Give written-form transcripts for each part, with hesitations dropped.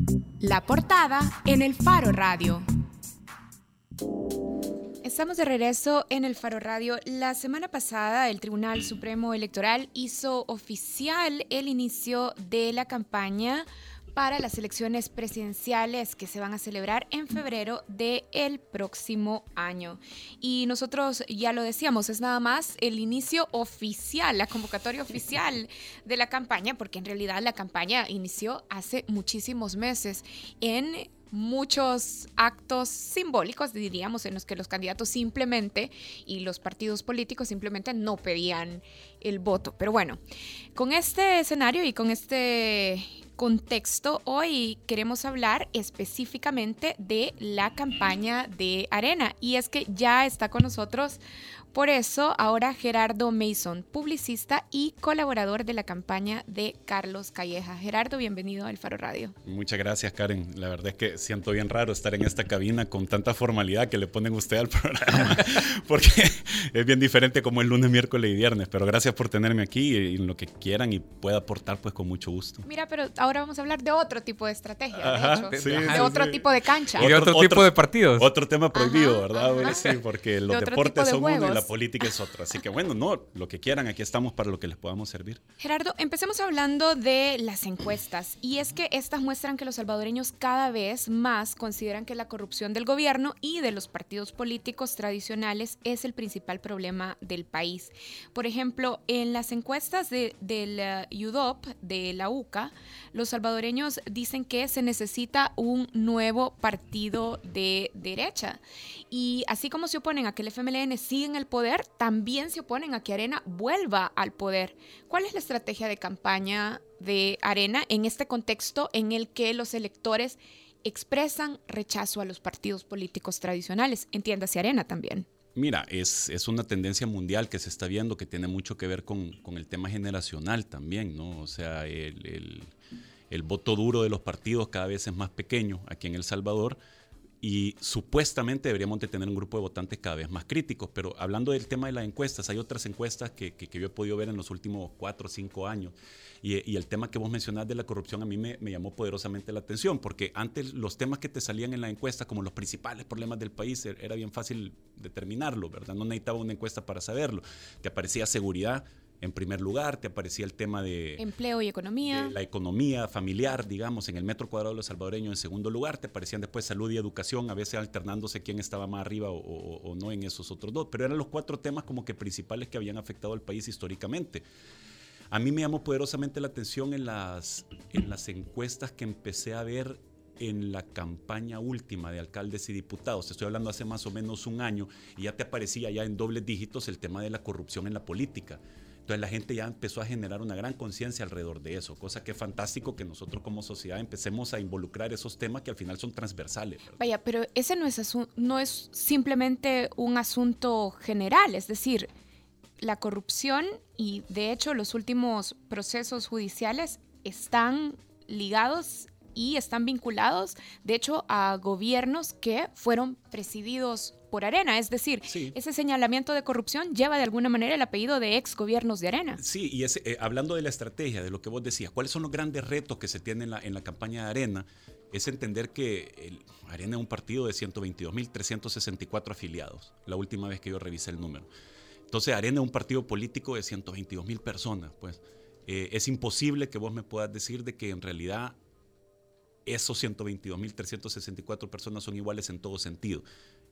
La portada en el Faro Radio. Estamos de regreso en el Faro Radio. La semana pasada el Tribunal Supremo Electoral hizo oficial el inicio de la campaña para las elecciones presidenciales que se van a celebrar en febrero del próximo año. Y nosotros ya lo decíamos, es nada más el inicio oficial, la convocatoria oficial de la campaña, porque en realidad la campaña inició hace muchísimos meses en muchos actos simbólicos, diríamos, en los que los candidatos simplemente y los partidos políticos simplemente no pedían el voto. Pero bueno, con este escenario y con este contexto, hoy queremos hablar específicamente de la campaña de Arena. Y es que ya está con nosotros, por eso, ahora Gerardo Mason, publicista y colaborador de la campaña de Carlos Calleja. Gerardo, bienvenido al Faro Radio. Muchas gracias, Karen. La verdad es que siento bien raro estar en esta cabina con tanta formalidad que le ponen usted al programa, porque es bien diferente como el lunes, miércoles y viernes. Pero gracias por tenerme aquí y en lo que quieran y pueda aportar, pues con mucho gusto. Mira, pero ahora vamos a hablar de otro tipo de estrategia, Ajá, de hecho, sí, de otro tipo de cancha. Y de otro tipo de partidos. Otro tema prohibido, Ajá, ¿verdad? ajá. Sí, porque los otro deportes tipo de son uno y juegos. la política es otro. Así que bueno, no, lo que quieran, aquí estamos para lo que les podamos servir. Gerardo, empecemos hablando de las encuestas. Y es que estas muestran que los salvadoreños cada vez más consideran que la corrupción del gobierno y de los partidos políticos tradicionales es el principal problema del país. Por ejemplo, en las encuestas del UDOP, de la UCA, los salvadoreños dicen que se necesita un nuevo partido de derecha. Y así como se oponen a que el FMLN siga en el poder, también se oponen a que Arena vuelva al poder. ¿Cuál es la estrategia de campaña de Arena en este contexto en el que los electores expresan rechazo a los partidos políticos tradicionales? Entiéndase Arena también. Mira, es una tendencia mundial que se está viendo que tiene mucho que ver con el tema generacional también, ¿no? O sea, el voto duro de los partidos cada vez es más pequeño aquí en El Salvador. Y supuestamente deberíamos de tener un grupo de votantes cada vez más críticos, pero hablando del tema de las encuestas, hay otras encuestas que yo he podido ver en los últimos 4 o 5 años y el tema que vos mencionás de la corrupción a mí me llamó poderosamente la atención, porque antes los temas que te salían en la encuesta como los principales problemas del país era bien fácil determinarlo, ¿verdad? No necesitaba una encuesta para saberlo. Te aparecía seguridad en primer lugar, te aparecía el tema de empleo y economía, de la economía familiar, digamos, en el metro cuadrado de los salvadoreños en segundo lugar, te aparecían después salud y educación, a veces alternándose quién estaba más arriba o no en esos otros dos, pero eran los 4 temas como que principales que habían afectado al país históricamente. A mí me llamó poderosamente la atención en las encuestas que empecé a ver en la campaña última de alcaldes y diputados, estoy hablando hace más o menos un año, y ya te aparecía ya en dobles dígitos el tema de la corrupción en la política. Entonces la gente ya empezó a generar una gran conciencia alrededor de eso, cosa que es fantástico que nosotros como sociedad empecemos a involucrar esos temas que al final son transversales, ¿verdad? Vaya, pero ese no es simplemente un asunto general, es decir, la corrupción y de hecho los últimos procesos judiciales están ligados y están vinculados, de hecho, a gobiernos que fueron presididos por Arena. Es decir, sí, ese señalamiento de corrupción lleva de alguna manera el apellido de ex gobiernos de Arena. Sí, y hablando de la estrategia, de lo que vos decías, ¿cuáles son los grandes retos que se tienen en la campaña de Arena? Es entender que Arena es un partido de 122.364 afiliados, la última vez que yo revisé el número. Entonces, Arena es un partido político de 122.000 personas. Pues es imposible que vos me puedas decir de que en realidad esos 122.364 personas son iguales en todo sentido,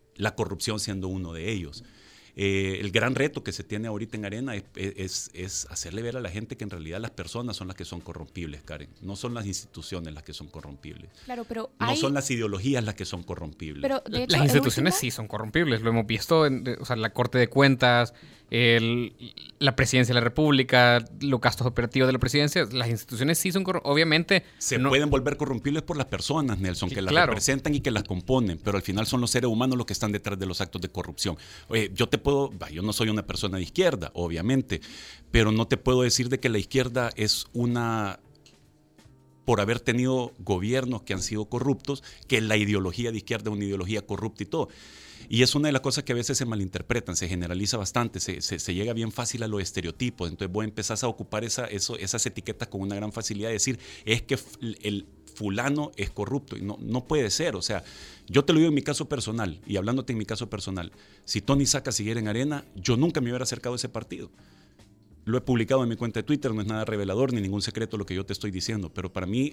la corrupción siendo uno de ellos. El gran reto que se tiene ahorita en Arena es hacerle ver a la gente que en realidad las personas son las que son corrompibles, Karen. No son las instituciones las que son corrompibles. Claro, pero no son las ideologías las que son corrompibles. Pero de hecho, las instituciones sí son corrompibles. Lo hemos visto en la Corte de Cuentas, la Presidencia de la República, los gastos operativos de la Presidencia. Las instituciones sí son corrompibles. Obviamente se pueden volver corrompibles por las personas, Nelson, que las representan y que las componen, pero al final son los seres humanos los que están detrás de los actos de corrupción. Oye, yo no soy una persona de izquierda, obviamente, pero no te puedo decir de que la izquierda es por haber tenido gobiernos que han sido corruptos, que la ideología de izquierda es una ideología corrupta y todo. Y es una de las cosas que a veces se malinterpretan, se generaliza bastante, se llega bien fácil a los estereotipos. Entonces vos empezás a ocupar esas etiquetas con una gran facilidad, de decir, es que fulano es corrupto. Y no puede ser. O sea, yo te lo digo en mi caso personal, y hablándote en mi caso personal, si Tony Saca siguiera en Arena, yo nunca me hubiera acercado a ese partido. Lo he publicado en mi cuenta de Twitter, no es nada revelador ni ningún secreto lo que yo te estoy diciendo, pero para mí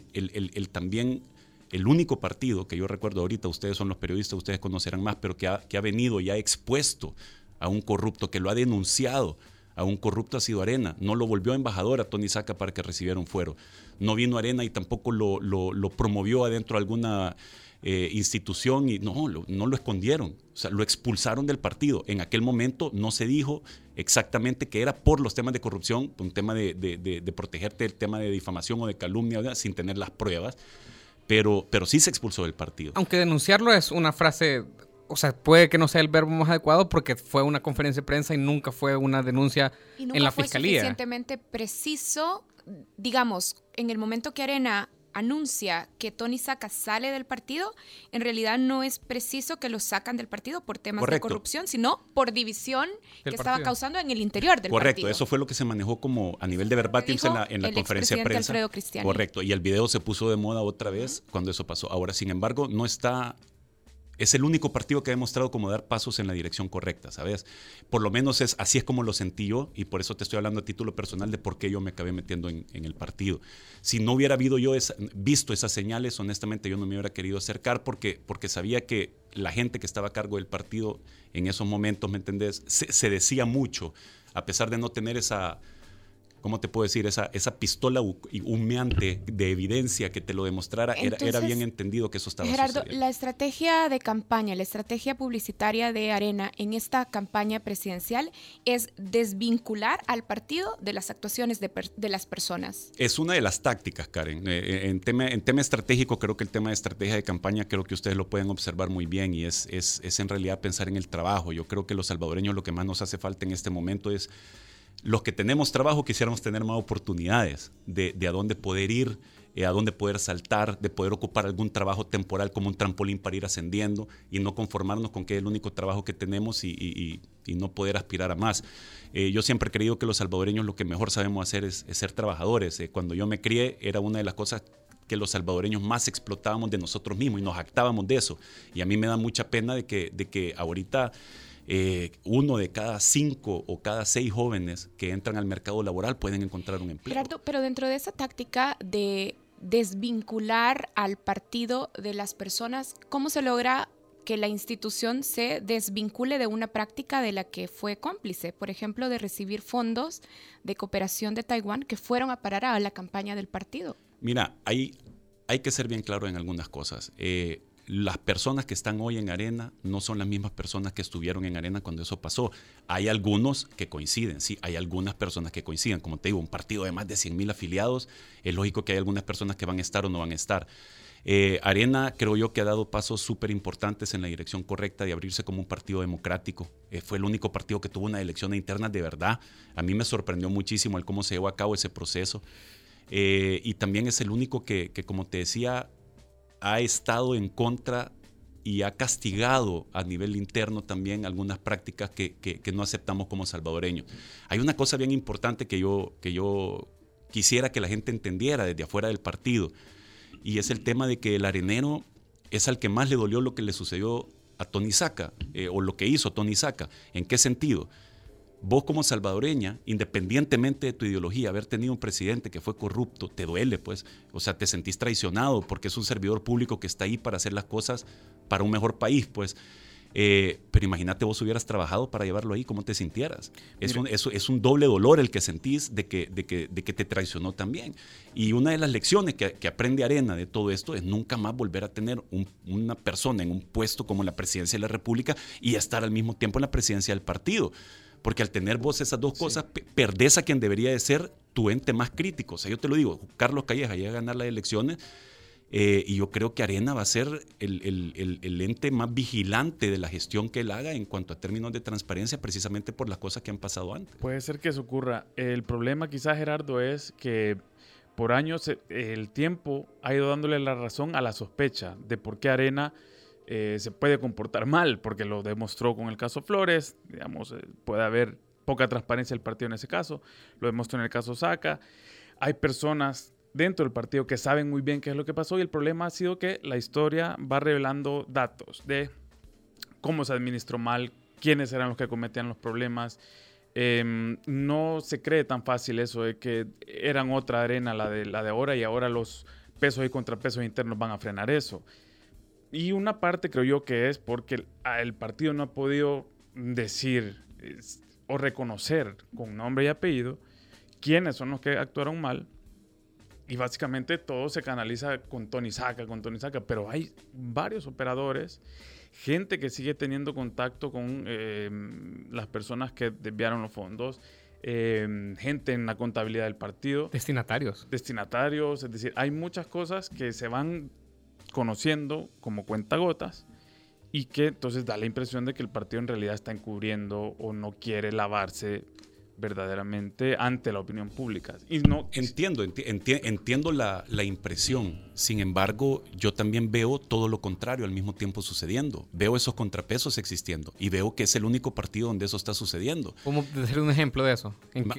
el único partido que yo recuerdo ahorita, ustedes son los periodistas, ustedes conocerán más, pero que ha venido y ha expuesto a un corrupto, que lo ha denunciado a un corrupto, ha sido Arena. No lo volvió embajador a Tony Saca para que recibiera un fuero. No vino Arena y tampoco lo promovió adentro de alguna institución y no lo escondieron. O sea, lo expulsaron del partido. En aquel momento no se dijo exactamente que era por los temas de corrupción, un tema de protegerte, el tema de difamación o de calumnia, ¿verdad? Sin tener las pruebas, pero sí se expulsó del partido. Aunque denunciarlo es una frase, o sea, puede que no sea el verbo más adecuado porque fue una conferencia de prensa y nunca fue una denuncia en la fiscalía. Y nunca fue suficientemente preciso, digamos, en el momento que Arena anuncia que Tony Saca sale del partido, en realidad no es preciso que lo sacan del partido por temas de corrupción, sino por división que estaba causando en el interior del partido. Correcto, eso fue lo que se manejó como a nivel de verbatim en la conferencia de prensa. Alfredo Cristiani. Correcto, y el video se puso de moda otra vez cuando eso pasó. Ahora, sin embargo, es el único partido que ha demostrado cómo dar pasos en la dirección correcta, ¿sabes? Por lo menos así es como lo sentí yo, y por eso te estoy hablando a título personal de por qué yo me acabé metiendo en el partido. Si no hubiera visto esas señales, honestamente yo no me hubiera querido acercar porque sabía que la gente que estaba a cargo del partido en esos momentos, ¿me entendés? Se decía mucho, a pesar de no tener esa... ¿Cómo te puedo decir? Esa pistola humeante de evidencia que te lo demostrara. Entonces, era bien entendido que eso estaba Gerardo, sucediendo. La estrategia de campaña, la estrategia publicitaria de Arena en esta campaña presidencial es desvincular al partido de las actuaciones de las personas. Es una de las tácticas, Karen. En tema estratégico, creo que el tema de estrategia de campaña, creo que ustedes lo pueden observar muy bien y es en realidad pensar en el trabajo. Yo creo que los salvadoreños lo que más nos hace falta en este momento es... Los que tenemos trabajo quisiéramos tener más oportunidades de a dónde poder ir, a dónde poder saltar, de poder ocupar algún trabajo temporal como un trampolín para ir ascendiendo y no conformarnos con que es el único trabajo que tenemos y no poder aspirar a más. Yo siempre he creído que los salvadoreños lo que mejor sabemos hacer es ser trabajadores. Cuando yo me crié era una de las cosas que los salvadoreños más explotábamos de nosotros mismos y nos jactábamos de eso. Y a mí me da mucha pena de que ahorita... 1 de cada 5 o cada 6 jóvenes que entran al mercado laboral pueden encontrar un empleo. Gerardo, pero dentro de esa táctica de desvincular al partido de las personas, ¿cómo se logra que la institución se desvincule de una práctica de la que fue cómplice? Por ejemplo, de recibir fondos de cooperación de Taiwán que fueron a parar a la campaña del partido. Mira, hay que ser bien claro en algunas cosas. Las personas que están hoy en Arena no son las mismas personas que estuvieron en Arena cuando eso pasó. Hay algunos que coinciden, sí, hay algunas personas que coinciden. Como te digo, un partido de más de 100,000 afiliados, es lógico que hay algunas personas que van a estar o no van a estar. Arena creo yo que ha dado pasos súper importantes en la dirección correcta de abrirse como un partido democrático. Fue el único partido que tuvo una elección interna de verdad. A mí me sorprendió muchísimo el cómo se llevó a cabo ese proceso. Y también es el único que, como te decía, ha estado en contra y ha castigado a nivel interno también algunas prácticas que no aceptamos como salvadoreños. Hay una cosa bien importante que yo quisiera que la gente entendiera desde afuera del partido, y es el tema de que el arenero es al que más le dolió lo que le sucedió a Tony Saca, o lo que hizo Tony Saca. ¿En qué sentido? Vos como salvadoreña, independientemente de tu ideología, haber tenido un presidente que fue corrupto, te duele, pues. O sea, te sentís traicionado porque es un servidor público que está ahí para hacer las cosas para un mejor país, pues. Pero imagínate vos hubieras trabajado para llevarlo ahí, ¿cómo te sintieras? Es un doble dolor el que sentís de que te traicionó también. Y una de las lecciones que aprende Arena de todo esto es nunca más volver a tener una persona en un puesto como la presidencia de la República y estar al mismo tiempo en la presidencia del partido. Porque al tener vos esas dos cosas, perdés a quien debería de ser tu ente más crítico. O sea, yo te lo digo, Carlos Calleja llega a ganar las elecciones y yo creo que Arena va a ser el ente más vigilante de la gestión que él haga en cuanto a términos de transparencia, precisamente por las cosas que han pasado antes. Puede ser que eso ocurra. El problema quizás, Gerardo, es que por años el tiempo ha ido dándole la razón a la sospecha de por qué Arena se puede comportar mal, porque lo demostró con el caso Flores, digamos, puede haber poca transparencia del partido en ese caso, lo demostró en el caso Saca. Hay personas dentro del partido que saben muy bien qué es lo que pasó, y el problema ha sido que la historia va revelando datos de cómo se administró mal, quiénes eran los que cometían los problemas. No se cree tan fácil eso de que eran otra arena la de ahora, y ahora los pesos y contrapesos internos van a frenar eso. Y una parte creo yo que es porque el partido no ha podido decir o reconocer con nombre y apellido quiénes son los que actuaron mal, y básicamente todo se canaliza con Tony Saca, pero hay varios operadores, gente que sigue teniendo contacto con las personas que desviaron los fondos, gente en la contabilidad del partido. Destinatarios, es decir, hay muchas cosas que se van conociendo como cuentagotas, y que entonces da la impresión de que el partido en realidad está encubriendo o no quiere lavarse verdaderamente ante la opinión pública. Y no... Entiendo la impresión. Sin embargo, yo también veo todo lo contrario al mismo tiempo sucediendo. Veo esos contrapesos existiendo y veo que es el único partido donde eso está sucediendo. ¿Cómo decir un ejemplo de eso?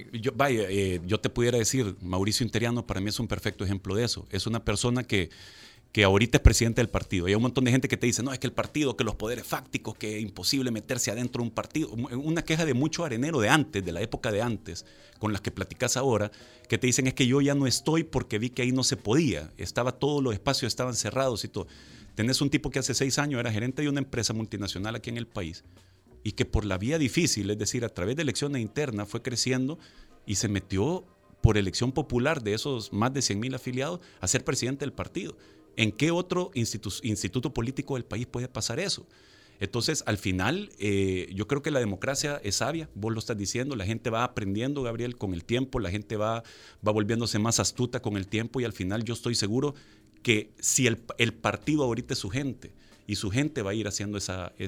Yo te pudiera decir, Mauricio Interiano para mí es un perfecto ejemplo de eso. Es una persona que ahorita es presidente del partido. Y hay un montón de gente que te dice, no, es que el partido, que los poderes fácticos, que es imposible meterse adentro de un partido. Una queja de mucho arenero de antes, de la época de antes, con las que platicas ahora, que te dicen es que yo ya no estoy porque vi que ahí no se podía. Todos los espacios estaban cerrados y todo. Tenés un tipo que hace 6 años era gerente de una empresa multinacional aquí en el país y que por la vía difícil, es decir, a través de elecciones internas, fue creciendo y se metió por elección popular de esos más de 100,000 afiliados a ser presidente del partido. ¿En qué otro instituto político del país puede pasar eso? Entonces, al final, yo creo que la democracia es sabia, vos lo estás diciendo, la gente va aprendiendo, Gabriel, con el tiempo, la gente va volviéndose más astuta con el tiempo, y al final yo estoy seguro que si el partido ahorita es su gente, y su gente va a ir haciendo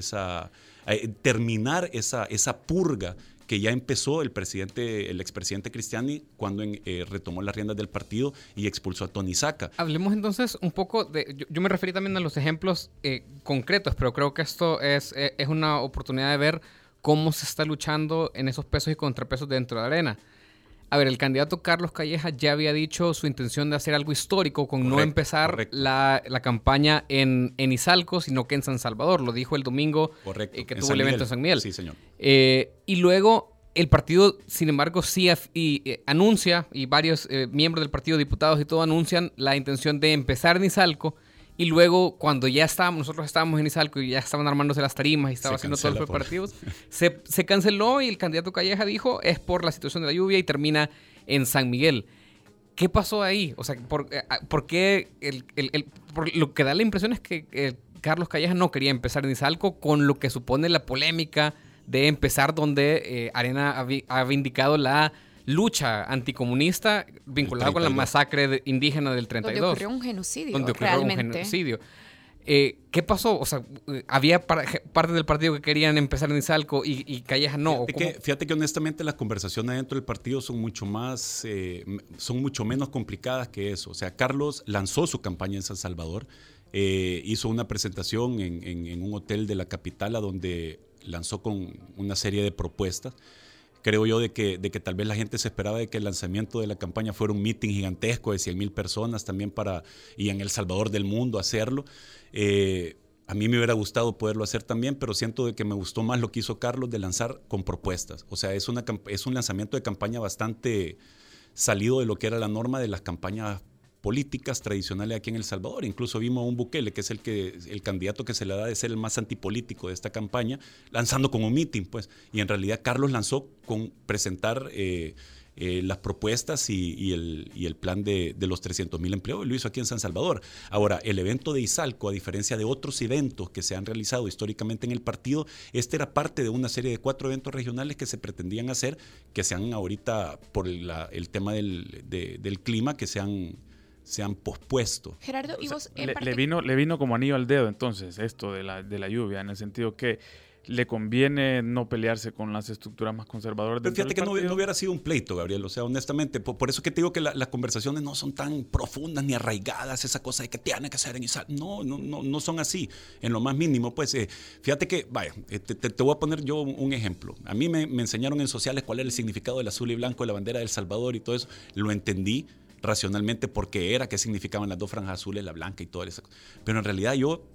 terminar esa purga que ya empezó el expresidente Cristiani cuando retomó las riendas del partido y expulsó a Tony Saca. Hablemos entonces un poco de... Yo me referí también a los ejemplos concretos, pero creo que esto es una oportunidad de ver cómo se está luchando en esos pesos y contrapesos dentro de la arena. A ver, el candidato Carlos Calleja ya había dicho su intención de hacer algo histórico con no empezar la campaña en Izalco, sino que en San Salvador. Lo dijo el domingo que tuvo el evento en San Miguel. Sí, señor. Y luego el partido, sin embargo, sí anuncia, y varios miembros del partido, diputados y todo, anuncian la intención de empezar en Izalco. Y luego, cuando nosotros estábamos en Izalco y ya estaban armándose las tarimas y estaba haciendo todos los preparativos, se canceló, y el candidato Calleja dijo es por la situación de la lluvia, y termina en San Miguel. ¿Qué pasó ahí? O sea, ¿por qué por lo que da la impresión es que Carlos Calleja no quería empezar en Izalco, con lo que supone la polémica de empezar donde Arena ha vindicado la lucha anticomunista vinculada con la masacre indígena del 32. Donde ocurrió un genocidio. ¿Qué pasó? O sea, ¿había parte del partido que querían empezar en Izalco y Calleja no? Fíjate que honestamente las conversaciones dentro del partido son mucho menos complicadas que eso. O sea, Carlos lanzó su campaña en San Salvador, hizo una presentación en un hotel de la capital, a donde lanzó con una serie de propuestas. Creo yo de que tal vez la gente se esperaba de que el lanzamiento de la campaña fuera un meeting gigantesco de 100,000 personas también y en El Salvador del mundo hacerlo. A mí me hubiera gustado poderlo hacer también, pero siento de que me gustó más lo que hizo Carlos de lanzar con propuestas. O sea, es un lanzamiento de campaña bastante salido de lo que era la norma de las campañas políticas tradicionales aquí en El Salvador. Incluso vimos a un Bukele, que es el candidato que se le da de ser el más antipolítico de esta campaña, lanzando con un meeting, pues. Y en realidad Carlos lanzó con presentar las propuestas y el plan de los 300,000 empleos, y lo hizo aquí en San Salvador. Ahora, el evento de Izalco, a diferencia de otros eventos que se han realizado históricamente en el partido, este era parte de una serie de 4 eventos regionales que se pretendían hacer, que se han ahorita, por el tema del clima, que se han pospuesto. Gerardo, ¿y vos le vino como anillo al dedo entonces esto de la lluvia, en el sentido que le conviene no pelearse con las estructuras más conservadoras del partido? Fíjate que no hubiera sido un pleito, Gabriel. O sea, honestamente, por eso que te digo que las conversaciones no son tan profundas ni arraigadas, esa cosa de que tiene que ser en Izalco. No son así, en lo más mínimo. Pues fíjate que, te voy a poner yo un ejemplo. A mí me enseñaron en sociales cuál era el significado del azul y blanco de la bandera de El Salvador y todo eso. Lo entendí, racionalmente por qué era, qué significaban las dos franjas azules, la blanca y toda esa cosa. Pero en realidad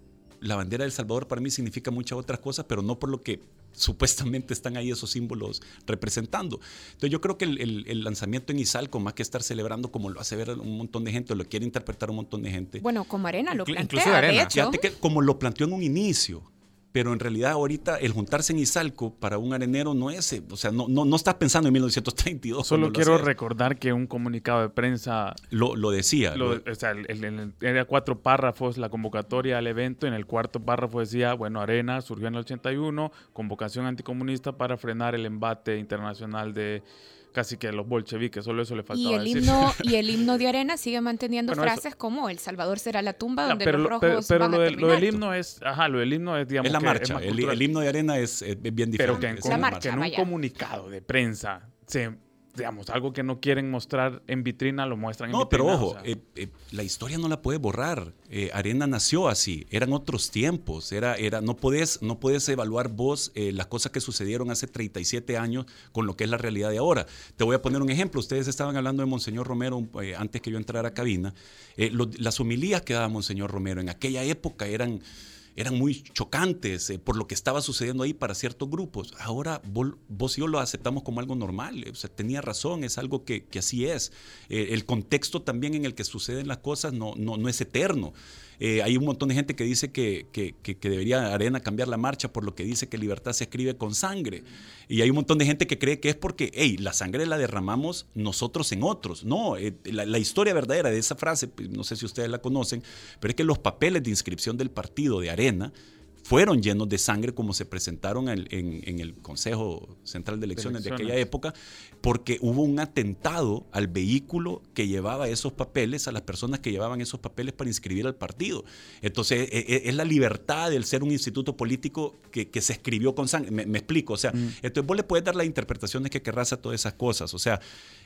la bandera de El Salvador para mí significa muchas otras cosas, pero no por lo que supuestamente están ahí esos símbolos representando. Entonces yo creo que el lanzamiento en Izalco, más que estar celebrando como lo hace ver un montón de gente, o lo quiere interpretar un montón de gente. Bueno, como Arena lo plantea, incluso Arena. de hecho. Fíjate que como lo planteó en un inicio, pero en realidad ahorita el juntarse en Izalco para un arenero no es, o sea, no estás pensando en 1932. Solo quiero recordar que un comunicado de prensa lo decía. o sea, era 4 párrafos la convocatoria al evento. En el 4º párrafo decía, bueno, Arena surgió en el 81, convocación anticomunista para frenar el embate internacional de casi que los bolcheviques, solo eso le faltaba decir. Y el himno de Arena sigue manteniendo frases como El Salvador será la tumba donde los rojos pero van a terminar. Lo del himno es, digamos, es la marcha. El himno de Arena es bien diferente. Pero que en un comunicado de prensa digamos, algo que no quieren mostrar en vitrina, lo muestran en vitrina. No, pero ojo, la historia no la puede borrar. Arena nació así, eran otros tiempos. No podés evaluar vos las cosas que sucedieron hace 37 años con lo que es la realidad de ahora. Te voy a poner un ejemplo. Ustedes estaban hablando de Monseñor Romero antes que yo entrara a cabina. Las homilías que daba Monseñor Romero en aquella época eran muy chocantes por lo que estaba sucediendo ahí para ciertos grupos. Ahora vos y yo lo aceptamos como algo normal. O sea, tenía razón, es algo que así es. El contexto también en el que suceden las cosas no es eterno. Hay un montón de gente que dice que debería Arena cambiar la marcha por lo que dice que libertad se escribe con sangre. Y hay un montón de gente que cree que es porque la sangre la derramamos nosotros en otros. No, la historia verdadera de esa frase, no sé si ustedes la conocen, pero es que los papeles de inscripción del partido de Arena fueron llenos de sangre como se presentaron en el Consejo Central de Elecciones de aquella época, porque hubo un atentado al vehículo que llevaba esos papeles, a las personas que llevaban esos papeles para inscribir al partido. Entonces, es la libertad del ser un instituto político que se escribió con sangre. Me explico, o sea, entonces vos le puedes dar las interpretaciones que querrás a todas esas cosas. O sea,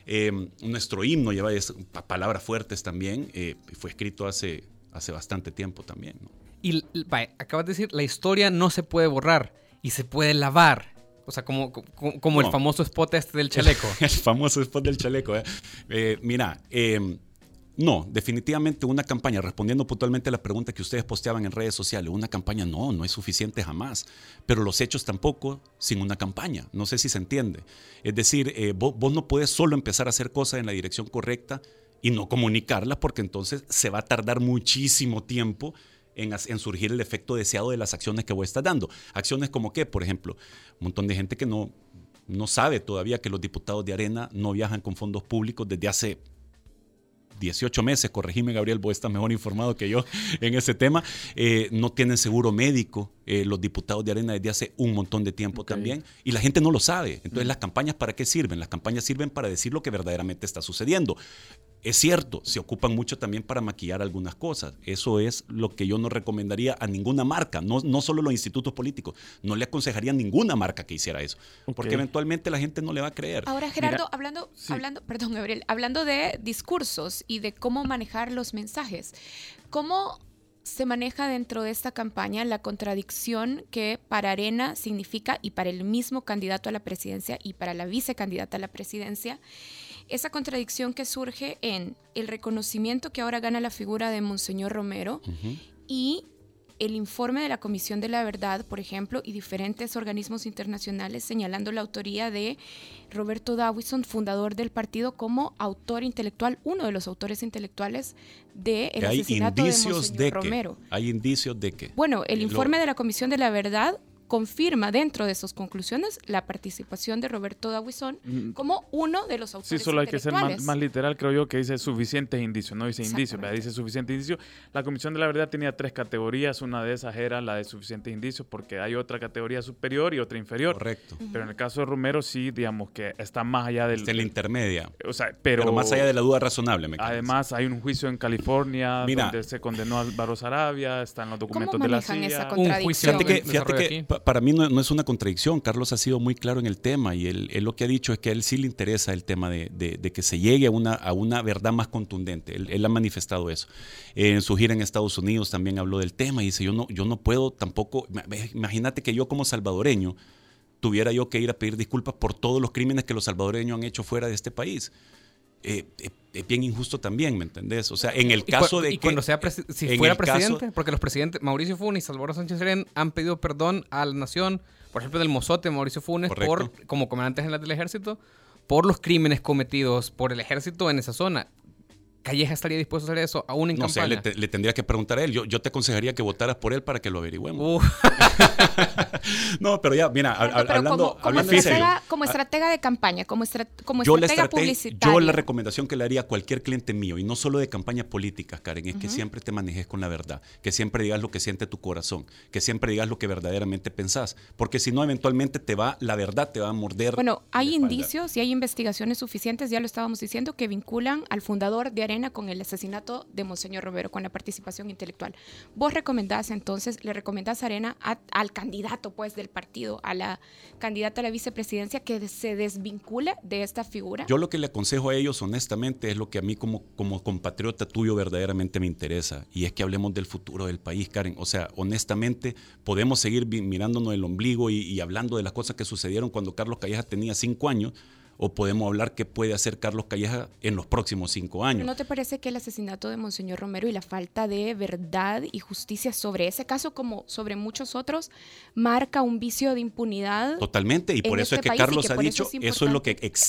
nuestro himno lleva palabras fuertes también, fue escrito hace bastante tiempo también, ¿no? Y acabas de decir, la historia no se puede borrar y se puede lavar. O sea, como no. El famoso spot del chaleco. El famoso spot del chaleco. Mira, no, definitivamente una campaña, respondiendo puntualmente a la pregunta que ustedes posteaban en redes sociales, una campaña no es suficiente jamás. Pero los hechos tampoco sin una campaña. No sé si se entiende. Es decir, vos no puedes solo empezar a hacer cosas en la dirección correcta y no comunicarlas, porque entonces se va a tardar muchísimo tiempo en surgir el efecto deseado de las acciones que vos estás dando. Acciones como qué, por ejemplo, un montón de gente que no sabe todavía que los diputados de Arena no viajan con fondos públicos desde hace 18 meses, corregime Gabriel, vos estás mejor informado que yo en ese tema. No tienen seguro médico los diputados de Arena desde hace un montón de tiempo también, y la gente no lo sabe. Entonces, ¿las campañas para qué sirven? Las campañas sirven para decir lo que verdaderamente está sucediendo. Es cierto, se ocupan mucho también para maquillar algunas cosas. Eso es lo que yo no recomendaría a ninguna marca, no solo los institutos políticos. No le aconsejaría a ninguna marca que hiciera eso, porque eventualmente la gente no le va a creer. Ahora, Gerardo, perdón, Gabriel, hablando de discursos y de cómo manejar los mensajes, ¿cómo se maneja dentro de esta campaña la contradicción que para Arena significa, y para el mismo candidato a la presidencia y para la vicecandidata a la presidencia, esa contradicción que surge en el reconocimiento que ahora gana la figura de Monseñor Romero y el informe de la Comisión de la Verdad, por ejemplo, y diferentes organismos internacionales señalando la autoría de Roberto Dawison, fundador del partido, como autor intelectual, uno de los autores intelectuales del asesinato de Monseñor Romero. ¿Hay indicios de qué? Bueno, el informe de la Comisión de la Verdad confirma dentro de sus conclusiones la participación de Roberto Dawison como uno de los autores intelectuales. Sí, solo hay que ser más literal, creo yo, que dice suficientes indicios, no dice indicios, dice suficientes indicios. La Comisión de la Verdad tenía 3 categorías, una de esas era la de suficientes indicios, porque hay otra categoría superior y otra inferior. Correcto. Pero en el caso de Romero sí, digamos que está más allá del... Está en la intermedia. O sea, pero más allá de la duda razonable, me parece. Además, hay un juicio en California donde se condenó a Álvaro Sarabia, están los documentos de la CIA. Esa contradicción? Fíjate que para mí no es una contradicción. Carlos ha sido muy claro en el tema y él lo que ha dicho es que a él sí le interesa el tema de que se llegue a una verdad más contundente. Él ha manifestado eso. En su gira en Estados Unidos también habló del tema y dice, yo no puedo tampoco, imagínate que yo como salvadoreño tuviera yo que ir a pedir disculpas por todos los crímenes que los salvadoreños han hecho fuera de este país. es bien injusto también, ¿me entendés? O sea, en el caso de que... cuando sea si fuera presidente, porque los presidentes Mauricio Funes y Salvador Sánchez Serén han pedido perdón a la nación, por ejemplo, del mozote Mauricio Funes, como comandante general del ejército, por los crímenes cometidos por el ejército en esa zona. ¿Calleja estaría dispuesto a hacer eso aún en campaña? No sé, le tendría que preguntar a él. Yo te aconsejaría que votaras por él para que lo averigüemos. No, pero ya, mira, hablando como estratega de campaña, como estratega publicitaria. Yo la recomendación que le haría a cualquier cliente mío, y no solo de campañas políticas, Karen, es que siempre te manejes con la verdad, que siempre digas lo que siente tu corazón, que siempre digas lo que verdaderamente pensás, porque si no, eventualmente la verdad te va a morder. Bueno, hay indicios y hay investigaciones suficientes, ya lo estábamos diciendo, que vinculan al fundador de Arena con el asesinato de Monseñor Romero, con la participación intelectual. Vos le recomendás a Arena, al candidato pues del partido, a la candidata a la vicepresidencia, que se desvincule de esta figura? Yo lo que le aconsejo a ellos, honestamente, es lo que a mí como compatriota tuyo verdaderamente me interesa, y es que hablemos del futuro del país, Karen. O sea, honestamente, podemos seguir mirándonos el ombligo y hablando de las cosas que sucedieron cuando Carlos Calleja tenía 5 años, o podemos hablar qué puede hacer Carlos Calleja en los próximos 5 años. ¿No te parece que el asesinato de Monseñor Romero y la falta de verdad y justicia sobre ese caso, como sobre muchos otros, marca un vicio de impunidad? Totalmente, y por eso es que Carlos ha dicho, eso es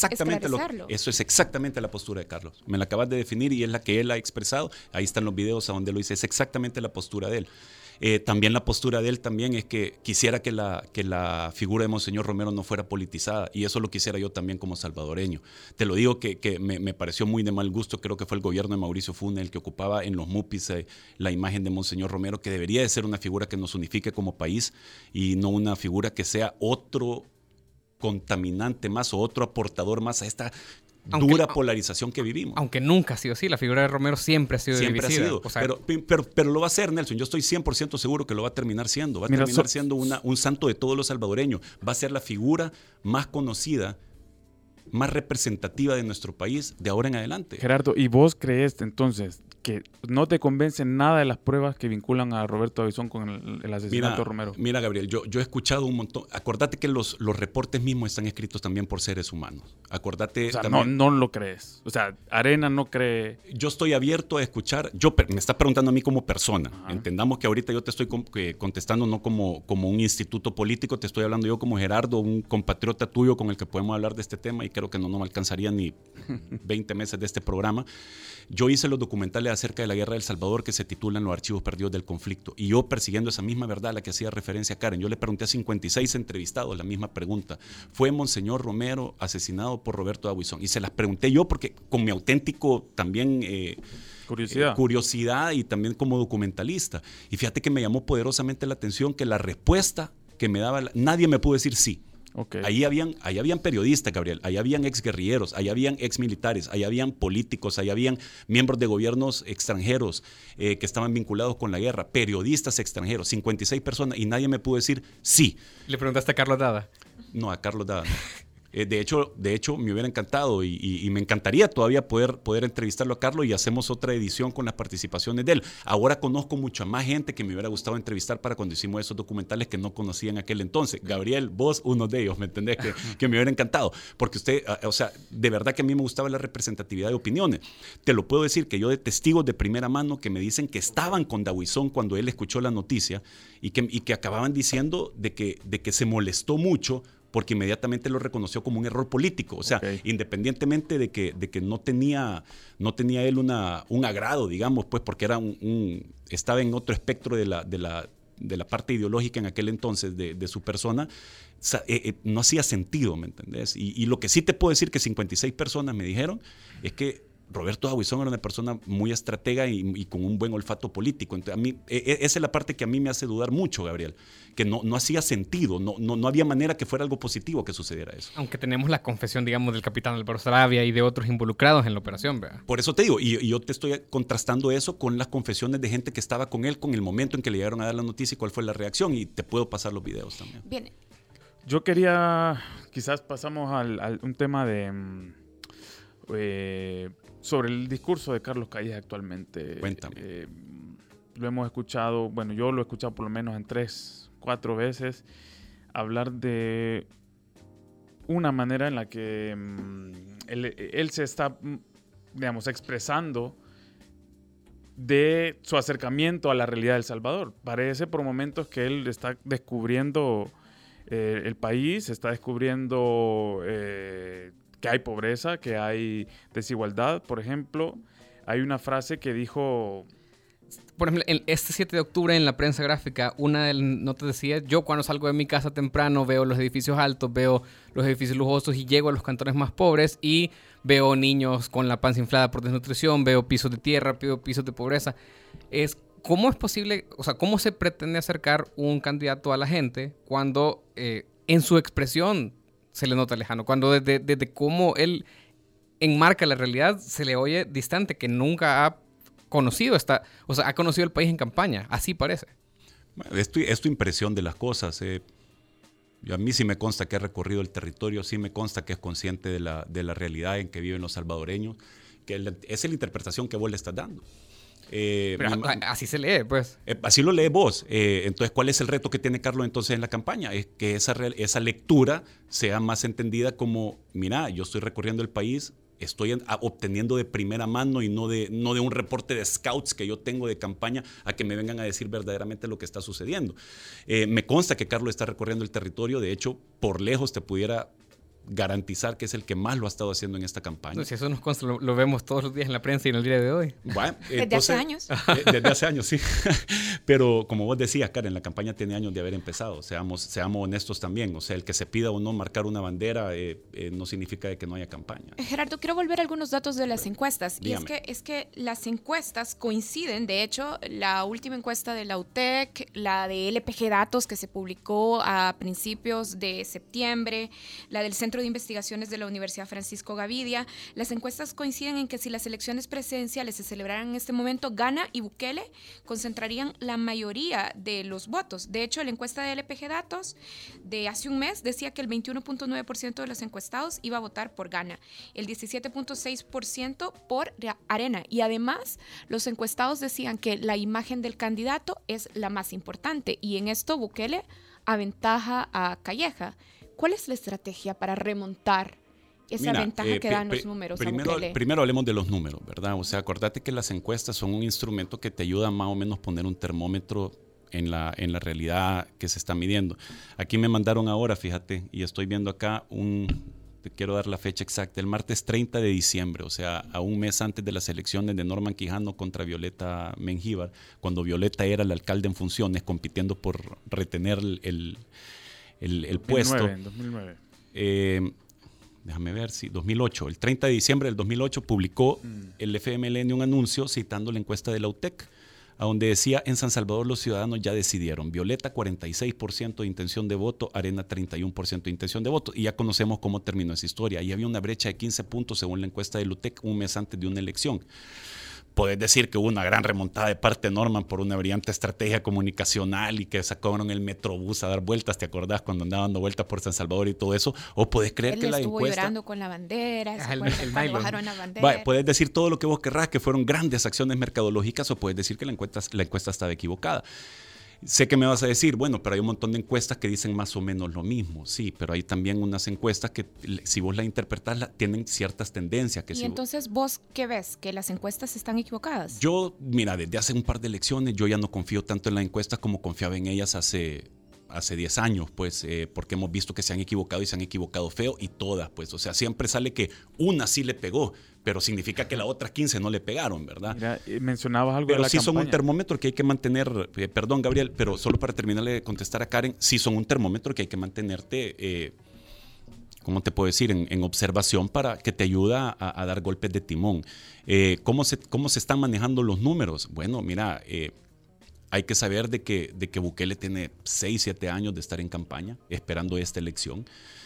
exactamente la postura de Carlos. Me la acabas de definir y es la que él ha expresado. Ahí están los videos a donde lo dice, es exactamente la postura de él. También la postura de él también es que quisiera que la figura de Monseñor Romero no fuera politizada, y eso lo quisiera yo también como salvadoreño. Te lo digo que me pareció muy de mal gusto. Creo que fue el gobierno de Mauricio Funes el que ocupaba en los MUPIs la imagen de Monseñor Romero, que debería de ser una figura que nos unifique como país y no una figura que sea otro contaminante más o otro aportador más a esta dura polarización que vivimos. Aunque nunca ha sido así, la figura de Romero siempre ha sido divisiva. Pero lo va a hacer, Nelson. Yo estoy 100% seguro que lo va a terminar siendo. Va a terminar siendo un santo de todos los salvadoreños. Va a ser la figura más conocida, más representativa de nuestro país de ahora en adelante. Gerardo, ¿y vos crees entonces que no te convencen nada de las pruebas que vinculan a Roberto Davison con el asesinato de Romero? Mira, Gabriel, yo he escuchado un montón. Acordate que los reportes mismos están escritos también por seres humanos. Acordate. O sea, también, no lo crees. O sea, Arena no cree. Yo estoy abierto a escuchar. Me estás preguntando a mí como persona. Ajá. Entendamos que ahorita yo te estoy contestando no como un instituto político, te estoy hablando yo como Gerardo, un compatriota tuyo con el que podemos hablar de este tema, y creo que no me alcanzaría ni 20 meses de este programa. Yo hice los documentales acerca de la guerra de El Salvador que se titulan Los archivos perdidos del conflicto, y yo persiguiendo esa misma verdad a la que hacía referencia Karen, yo le pregunté a 56 entrevistados la misma pregunta: ¿fue Monseñor Romero asesinado por Roberto Davison? Y se las pregunté yo porque con mi auténtico también curiosidad y también como documentalista, y fíjate que me llamó poderosamente la atención que la respuesta que me daba, nadie me pudo decir sí. Okay. Ahí habían periodistas, Gabriel, ahí habían exguerrilleros, ahí habían exmilitares, ahí habían políticos, ahí habían miembros de gobiernos extranjeros que estaban vinculados con la guerra, periodistas extranjeros, 56 personas, y nadie me pudo decir sí. ¿Le preguntaste a Carlos Dada? No, a Carlos Dada no. De hecho, me hubiera encantado y me encantaría todavía poder entrevistarlo a Carlos, y hacemos otra edición con las participaciones de él. Ahora conozco mucha más gente que me hubiera gustado entrevistar para cuando hicimos esos documentales que no conocía en aquel entonces. Gabriel, vos, uno de ellos, ¿me entendés? Que me hubiera encantado. Porque usted, o sea, de verdad que a mí me gustaba la representatividad de opiniones. Te lo puedo decir que yo de testigos de primera mano que me dicen que estaban con Davison cuando él escuchó la noticia y que acababan diciendo de que se molestó mucho porque inmediatamente lo reconoció como un error político. O sea, independientemente de que no tenía él un agrado, digamos, pues porque era estaba en otro espectro de la parte ideológica en aquel entonces de su persona, no hacía sentido, ¿me entendés? Y lo que sí te puedo decir que 56 personas me dijeron es que Roberto Davison era una persona muy estratega y con un buen olfato político. Entonces, a mí, esa es la parte que a mí me hace dudar mucho, Gabriel, que no hacía sentido, no había manera que fuera algo positivo que sucediera eso. Aunque tenemos la confesión, digamos, del capitán Álvaro Saravia y de otros involucrados en la operación, ¿verdad? Por eso te digo, y yo te estoy contrastando eso con las confesiones de gente que estaba con él con el momento en que le llegaron a dar la noticia y cuál fue la reacción, y te puedo pasar los videos también. Bien. Yo quería, quizás pasamos a un tema de... sobre el discurso de Carlos Calleja actualmente. Cuéntame. Lo hemos escuchado, bueno, yo lo he escuchado por lo menos en 3-4 veces, hablar de una manera en la que él se está digamos, expresando de su acercamiento a la realidad de El Salvador. Parece por momentos que él está descubriendo el país, está descubriendo que hay pobreza, que hay desigualdad. Por ejemplo, hay una frase que dijo... Por ejemplo, este 7 de octubre en la prensa gráfica, una de las notas decía: yo cuando salgo de mi casa temprano veo los edificios altos, veo los edificios lujosos y llego a los cantones más pobres y veo niños con la panza inflada por desnutrición, veo pisos de tierra, veo pisos de pobreza. ¿Cómo es posible, o sea, cómo se pretende acercar un candidato a la gente cuando en su expresión se le nota lejano? Cuando desde cómo él enmarca la realidad se le oye distante, que nunca ha conocido ha conocido el país en campaña, así parece. Bueno, es tu impresión de las cosas. A mí sí me consta que ha recorrido el territorio, sí me consta que es consciente de la realidad en que viven los salvadoreños, que esa es la interpretación que vos le estás dando. Pero así se lee, pues. Así lo lees vos. Entonces, ¿cuál es el reto que tiene Carlos entonces en la campaña? Es que esa lectura sea más entendida como, mira, yo estoy recorriendo el país, estoy obteniendo de primera mano y no de un reporte de scouts que yo tengo de campaña a que me vengan a decir verdaderamente lo que está sucediendo. Me consta que Carlos está recorriendo el territorio. De hecho, por lejos te pudiera garantizar que es el que más lo ha estado haciendo en esta campaña. No, si eso nos consta, lo vemos todos los días en la prensa y en el día de hoy. Bueno, desde hace años. Desde hace años, sí. Pero como vos decías, Karen, la campaña tiene años de haber empezado. Seamos honestos también. O sea, el que se pida o no marcar una bandera no significa de que no haya campaña. Gerardo, quiero volver a algunos datos de las encuestas. Dígame. Y es que las encuestas coinciden. De hecho, la última encuesta de la UTEC, la de LPG Datos que se publicó a principios de septiembre, la del Centro de Investigaciones de la Universidad Francisco Gavidia, las encuestas coinciden en que si las elecciones presidenciales se celebraran en este momento, Gana y Bukele concentrarían la mayoría de los votos. De hecho, la encuesta de LPG Datos de hace un mes decía que el 21.9% de los encuestados iba a votar por Gana, el 17.6% por Arena, y además los encuestados decían que la imagen del candidato es la más importante, y en esto Bukele aventaja a Calleja. ¿Cuál es la estrategia para remontar esa ventaja que dan los números a Bukele? Primero hablemos de los números, ¿verdad? O sea, acordate que las encuestas son un instrumento que te ayuda más o menos a poner un termómetro en la realidad que se está midiendo. Aquí me mandaron ahora, fíjate, y estoy viendo acá te quiero dar la fecha exacta, el martes 30 de diciembre, o sea, a un mes antes de las elecciones de Norman Quijano contra Violeta Mengíbar, cuando Violeta era el alcalde en funciones, compitiendo por retener el puesto. En 2009. Déjame ver si 2008, el 30 de diciembre del 2008 publicó el FMLN un anuncio citando la encuesta de la UTEC, a donde decía: en San Salvador los ciudadanos ya decidieron. Violeta 46% de intención de voto, Arena 31% de intención de voto. Y ya conocemos cómo terminó esa historia. Ahí había una brecha de 15 puntos según la encuesta de la UTEC un mes antes de una elección. Podés decir que hubo una gran remontada de parte de Norman por una brillante estrategia comunicacional y que sacaron el Metrobús a dar vueltas, ¿te acordás? Cuando andaba dando vueltas por San Salvador y todo eso. O podés creer que la encuesta... Él estuvo llorando con la bandera, cuando bajaron la bandera. Vale, puedes decir todo lo que vos querrás, que fueron grandes acciones mercadológicas, o puedes decir que la encuesta estaba equivocada. Sé que me vas a decir, bueno, pero hay un montón de encuestas que dicen más o menos lo mismo. Sí, pero hay también unas encuestas que, si vos las interpretás, tienen ciertas tendencias. ¿Y entonces vos qué ves? ¿Que las encuestas están equivocadas? Yo, mira, desde hace un par de elecciones yo ya no confío tanto en las encuestas como confiaba en ellas hace 10 años, pues, porque hemos visto que se han equivocado y se han equivocado feo, y todas, pues, o sea, siempre sale que una sí le pegó, pero significa que las otras 15 no le pegaron, ¿verdad? Mira, mencionabas algo pero de la sí campaña. Son un termómetro que hay que mantener, perdón Gabriel, pero solo para terminarle de contestar a Karen, sí son un termómetro que hay que mantenerte, ¿cómo te puedo decir? En observación, para que te ayuda a dar golpes de timón. ¿Cómo se están manejando los números? Bueno, mira, hay que saber de que Bukele tiene 6, 7 años de estar en campaña, esperando esta elección.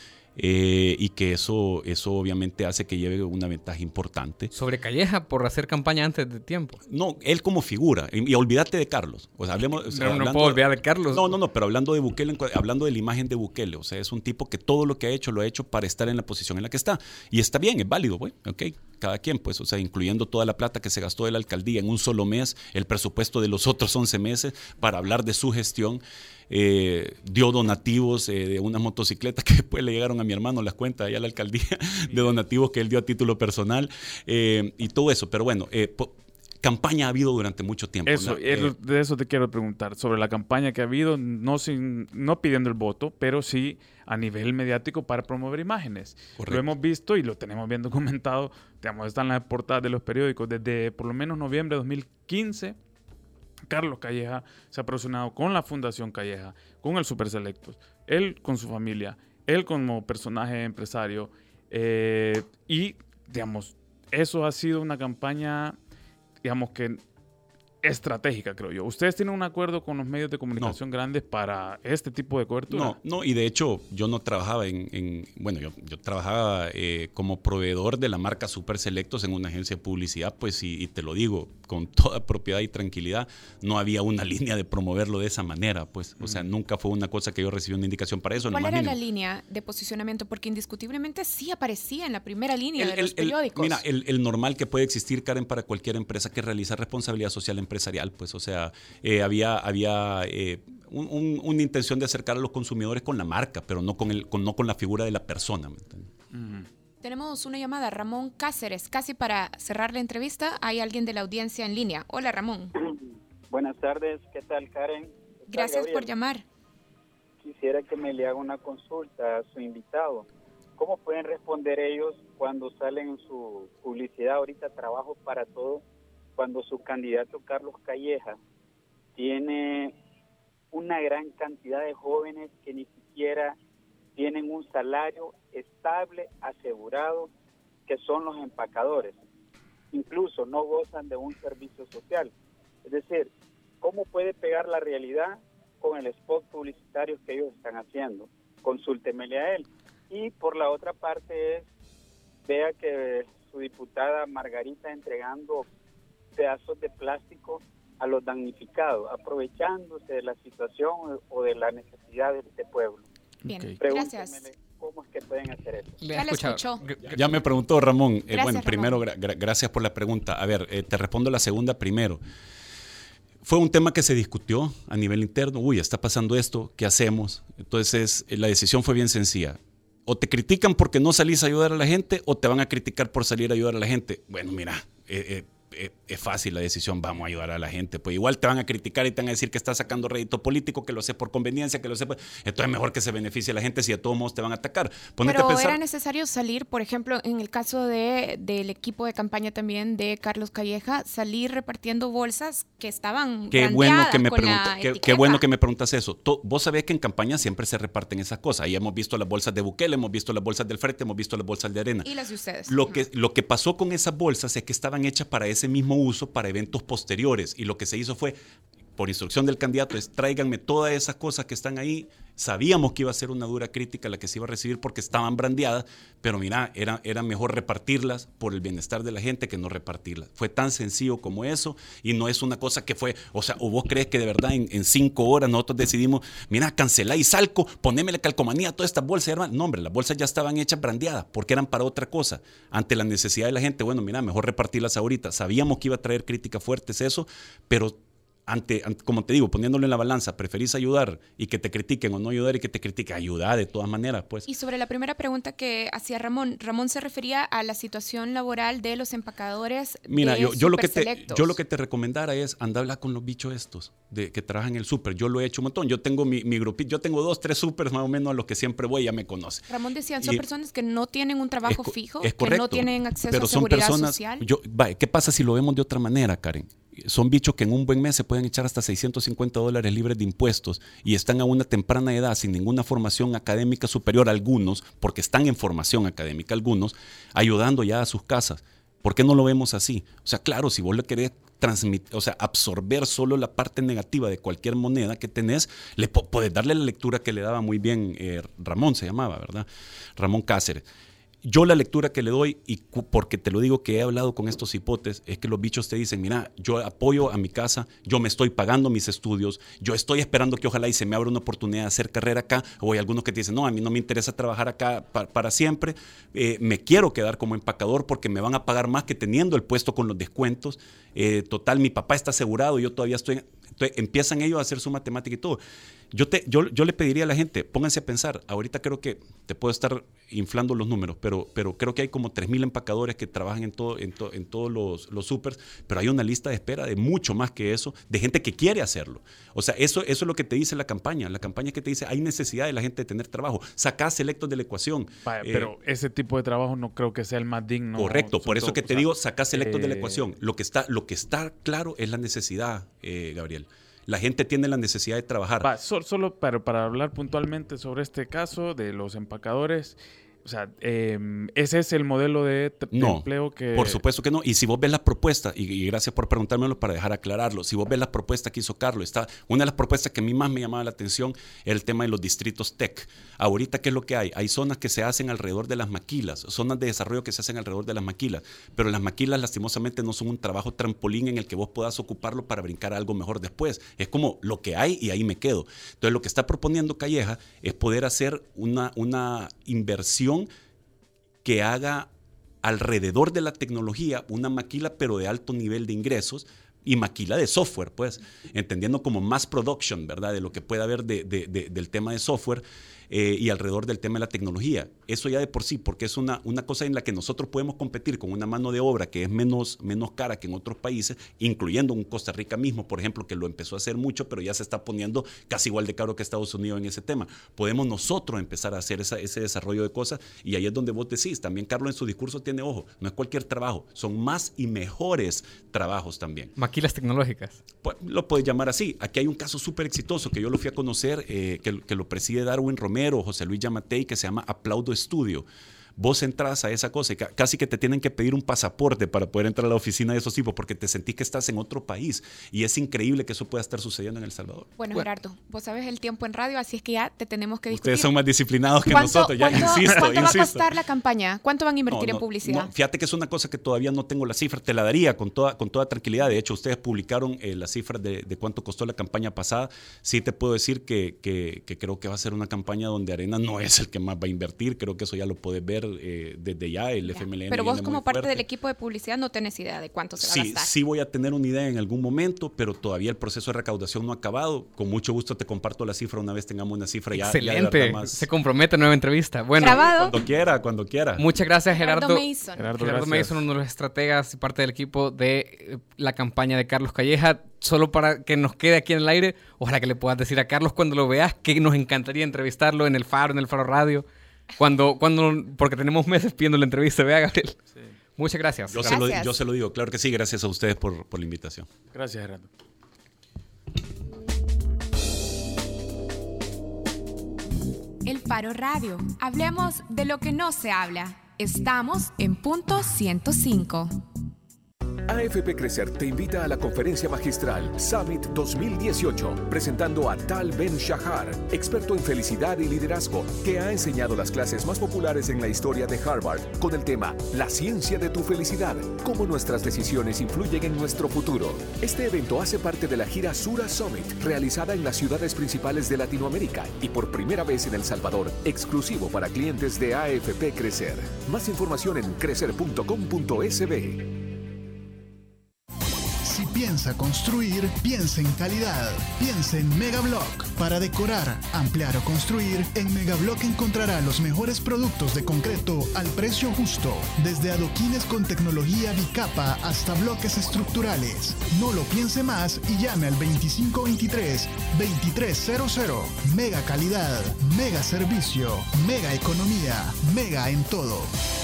Y que eso obviamente hace que lleve una ventaja importante. Sobre Calleja por hacer campaña antes de tiempo. No, él como figura. Y olvídate de Carlos. O sea, hablemos, no puedo olvidar de Carlos. No, pero hablando de Bukele, hablando de la imagen de Bukele. O sea, es un tipo que todo lo que ha hecho, lo ha hecho para estar en la posición en la que está. Y está bien, es válido, güey. Ok, cada quien, pues, o sea, incluyendo toda la plata que se gastó de la alcaldía en un solo mes, el presupuesto de los otros 11 meses para hablar de su gestión. dio donativos de unas motocicletas que después le llegaron a mi hermano las cuentas allá a la alcaldía de donativos que él dio a título personal y todo eso. Pero bueno, campaña ha habido durante mucho tiempo. De eso te quiero preguntar, sobre la campaña que ha habido, no pidiendo el voto, pero sí a nivel mediático para promover imágenes. Correcto. Lo hemos visto y lo tenemos bien documentado, digamos, están las portadas de los periódicos desde por lo menos noviembre de 2015. Carlos Calleja se ha promocionado con la Fundación Calleja, con el Super Selectos, él con su familia, él como personaje empresario y, digamos, eso ha sido una campaña, digamos que estratégica, creo yo. ¿Ustedes tienen un acuerdo con los medios de comunicación grandes para este tipo de cobertura? No, y de hecho yo no trabajaba bueno, yo trabajaba como proveedor de la marca Super Selectos en una agencia de publicidad, pues, y te lo digo con toda propiedad y tranquilidad, no había una línea de promoverlo de esa manera, pues, o sea, nunca fue una cosa que yo recibí una indicación para eso. ¿Cuál era la línea de posicionamiento? Porque indiscutiblemente sí aparecía en la primera línea de los periódicos. Mira, el normal que puede existir, Karen, para cualquier empresa que realiza responsabilidad social empresarial, pues, o sea, había una intención de acercar a los consumidores con la marca, pero no con la figura de la persona, ¿me entiendes? Tenemos una llamada, Ramón Cáceres, casi para cerrar la entrevista. Hay alguien de la audiencia en línea. Hola, Ramón. Buenas tardes, ¿qué tal, Karen? Gracias por llamar. Quisiera que me le haga una consulta a su invitado. ¿Cómo pueden responder ellos cuando salen en su publicidad ahorita Trabajo para Todo, cuando su candidato Carlos Calleja tiene una gran cantidad de jóvenes que ni siquiera tienen un salario estable, asegurado, que son los empacadores? Incluso no gozan de un servicio social. Es decir, ¿cómo puede pegar la realidad con el spot publicitario que ellos están haciendo? Consúltemele a él. Y por la otra parte vea que su diputada Margarita entregando pedazos de plástico a los damnificados, aprovechándose de la situación o de la necesidad de este pueblo. Bien, gracias. ¿Cómo es que pueden hacer eso? Ya lo escuchó. Ya me preguntó Ramón. Bueno, primero, Ramón. Gracias por la pregunta. A ver, te respondo la segunda primero. Fue un tema que se discutió a nivel interno. Uy, está pasando esto, ¿qué hacemos? Entonces, la decisión fue bien sencilla. O te critican porque no salís a ayudar a la gente, o te van a criticar por salir a ayudar a la gente. Bueno, mira, es fácil la decisión, vamos a ayudar a la gente. Pues igual te van a criticar y te van a decir que estás sacando rédito político, que lo haces por conveniencia, que lo haces. Entonces es mejor que se beneficie a la gente si de todos modos te van a atacar. Ponete Pero a pensar, era necesario salir, por ejemplo, en el caso del equipo de campaña también de Carlos Calleja, salir repartiendo bolsas que estaban qué bueno que me etiqueta. preguntas eso. Vos sabés que en campaña siempre se reparten esas cosas. Ahí hemos visto las bolsas de Bukele, hemos visto las bolsas del Frente, hemos visto las bolsas de Arena. Y las de ustedes. Lo que pasó con esas bolsas es que estaban hechas para ese mismo uso, para eventos posteriores, y lo que se hizo fue, por instrucción del candidato, es tráiganme todas esas cosas que están ahí. Sabíamos que iba a ser una dura crítica la que se iba a recibir porque estaban brandeadas, pero mira, era mejor repartirlas por el bienestar de la gente que no repartirlas. Fue tan sencillo como eso, y no es una cosa que fue, o sea, o vos crees que de verdad en 5 horas nosotros decidimos, mira, cancelá y salco, ponémele calcomanía a todas estas bolsas, hermano. No, hombre, las bolsas ya estaban hechas brandeadas porque eran para otra cosa. Ante la necesidad de la gente, bueno, mira, mejor repartirlas ahorita. Sabíamos que iba a traer críticas fuertes eso, pero como te digo, poniéndolo en la balanza, ¿preferís ayudar y que te critiquen o no ayudar y que te critiquen? Ayudar de todas maneras, pues. Y sobre la primera pregunta que hacía Ramón se refería a la situación laboral de los empacadores. Mira, de yo lo que te recomendara es andar a hablar con los bichos estos que trabajan en el súper. Yo lo he hecho un montón. Yo tengo mi grupito, yo tengo 2, 3 súpers más o menos a los que siempre voy, ya me conocen. Ramón decía, son personas que no tienen un trabajo fijo, es que no tienen acceso a seguridad social. ¿Qué pasa si lo vemos de otra manera, Karen? Son bichos que en un buen mes se pueden echar hasta $650 libres de impuestos y están a una temprana edad sin ninguna formación académica superior, algunos, porque están en formación académica algunos, ayudando ya a sus casas. ¿Por qué no lo vemos así? O sea, claro, si vos le querés transmitir, o sea, absorber solo la parte negativa de cualquier moneda que tenés, le podés darle la lectura que le daba muy bien Ramón, se llamaba, ¿verdad? Ramón Cáceres. Yo la lectura que le doy, y porque te lo digo que he hablado con estos hipotes, es que los bichos te dicen, mira, yo apoyo a mi casa, yo me estoy pagando mis estudios, yo estoy esperando que ojalá y se me abra una oportunidad de hacer carrera acá, o hay algunos que te dicen, no, a mí no me interesa trabajar acá para siempre, me quiero quedar como empacador porque me van a pagar más que teniendo el puesto con los descuentos, total, mi papá está asegurado, yo todavía estoy... Entonces empiezan ellos a hacer su matemática y todo. Yo le pediría a la gente, pónganse a pensar, ahorita creo que te puedo estar inflando los números, pero creo que hay como 3,000 empacadores que trabajan en todos los supers, pero hay una lista de espera de mucho más que eso, de gente que quiere hacerlo. O sea, eso es lo que te dice la campaña. La campaña que te dice, hay necesidad de la gente de tener trabajo. Sacá selectos de la ecuación. Pero ese tipo de trabajo no creo que sea el más digno. Correcto, por eso que te digo, sacá selectos de la ecuación. Lo que está claro es la necesidad, Gabriel. La gente tiene la necesidad de trabajar. Solo para hablar puntualmente sobre este caso de los empacadores, o sea, ¿ese es el modelo de empleo que...? Por supuesto que no. Y si vos ves la propuesta, y gracias por preguntármelo para dejar aclararlo, si vos ves la propuesta que hizo Carlos, una de las propuestas que a mí más me llamaba la atención era el tema de los distritos TEC. Ahorita, ¿qué es lo que hay? Hay zonas que se hacen alrededor de las maquilas, zonas de desarrollo que se hacen alrededor de las maquilas, pero las maquilas lastimosamente no son un trabajo trampolín en el que vos puedas ocuparlo para brincar a algo mejor después. Es como lo que hay y ahí me quedo. Entonces, lo que está proponiendo Calleja es poder hacer una inversión que haga alrededor de la tecnología una maquila, pero de alto nivel de ingresos, y maquila de software, pues, entendiendo como mass production, ¿verdad? De lo que puede haber del tema de software y alrededor del tema de la tecnología. Eso ya de por sí, porque es una cosa en la que nosotros podemos competir con una mano de obra que es menos cara que en otros países, incluyendo en Costa Rica mismo, por ejemplo, que lo empezó a hacer mucho, pero ya se está poniendo casi igual de caro que Estados Unidos en ese tema. Podemos nosotros empezar a hacer ese desarrollo de cosas, y ahí es donde vos decís, también Carlos en su discurso tiene ojo, no es cualquier trabajo, son más y mejores trabajos también. Maquilas tecnológicas. Pues, lo puedes llamar así. Aquí hay un caso súper exitoso que yo lo fui a conocer, que lo preside Darwin Romero, José Luis Yamatei, que se llama Aplaudo Estudio. Vos entras a esa cosa y casi que te tienen que pedir un pasaporte para poder entrar a la oficina de esos tipos, porque te sentís que estás en otro país, y es increíble que eso pueda estar sucediendo en El Salvador. Bueno, Gerardo, vos sabes el tiempo en radio, así es que ya te tenemos que discutir. Ustedes son más disciplinados que nosotros, ya insisto. ¿Cuánto va a costar la campaña? ¿Cuánto van a invertir en publicidad? No, fíjate que es una cosa que todavía no tengo la cifra, te la daría con toda tranquilidad. De hecho, ustedes publicaron las cifras de cuánto costó la campaña pasada. Sí te puedo decir que creo que va a ser una campaña donde Arena no es el que más va a invertir. Creo que eso ya lo puedes ver desde ya, el FMLN. Pero vos como parte del equipo de publicidad no tenés idea de cuánto se va a gastar. Sí voy a tener una idea en algún momento, pero todavía el proceso de recaudación no ha acabado. Con mucho gusto te comparto la cifra una vez tengamos una cifra. Excelente, se compromete a nueva entrevista. Bueno, ¿grabado? Cuando quiera. Muchas gracias, Gerardo Mason, uno de los estrategas y parte del equipo de la campaña de Carlos Calleja. Solo para que nos quede aquí en el aire, ojalá que le puedas decir a Carlos cuando lo veas que nos encantaría entrevistarlo en el Faro Radio. Porque tenemos meses pidiendo la entrevista, ¿vea, Gabriel? Sí. Muchas gracias. Yo se lo digo, claro que sí, gracias a ustedes por la invitación. Gracias, Gerardo. El Faro Radio. Hablemos de lo que no se habla. Estamos en punto 105. AFP Crecer te invita a la conferencia magistral Summit 2018, presentando a Tal Ben-Shahar, experto en felicidad y liderazgo, que ha enseñado las clases más populares en la historia de Harvard, con el tema La ciencia de tu felicidad, cómo nuestras decisiones influyen en nuestro futuro. Este evento hace parte de la gira Sura Summit, realizada en las ciudades principales de Latinoamérica y por primera vez en El Salvador, exclusivo para clientes de AFP Crecer. Más información en crecer.com.sb. Si piensa construir, piensa en calidad. Piensa en Megablock. Para decorar, ampliar o construir, en Megablock encontrará los mejores productos de concreto al precio justo. Desde adoquines con tecnología bicapa hasta bloques estructurales. No lo piense más y llame al 2523-2300. Mega calidad, mega servicio, mega economía, mega en todo.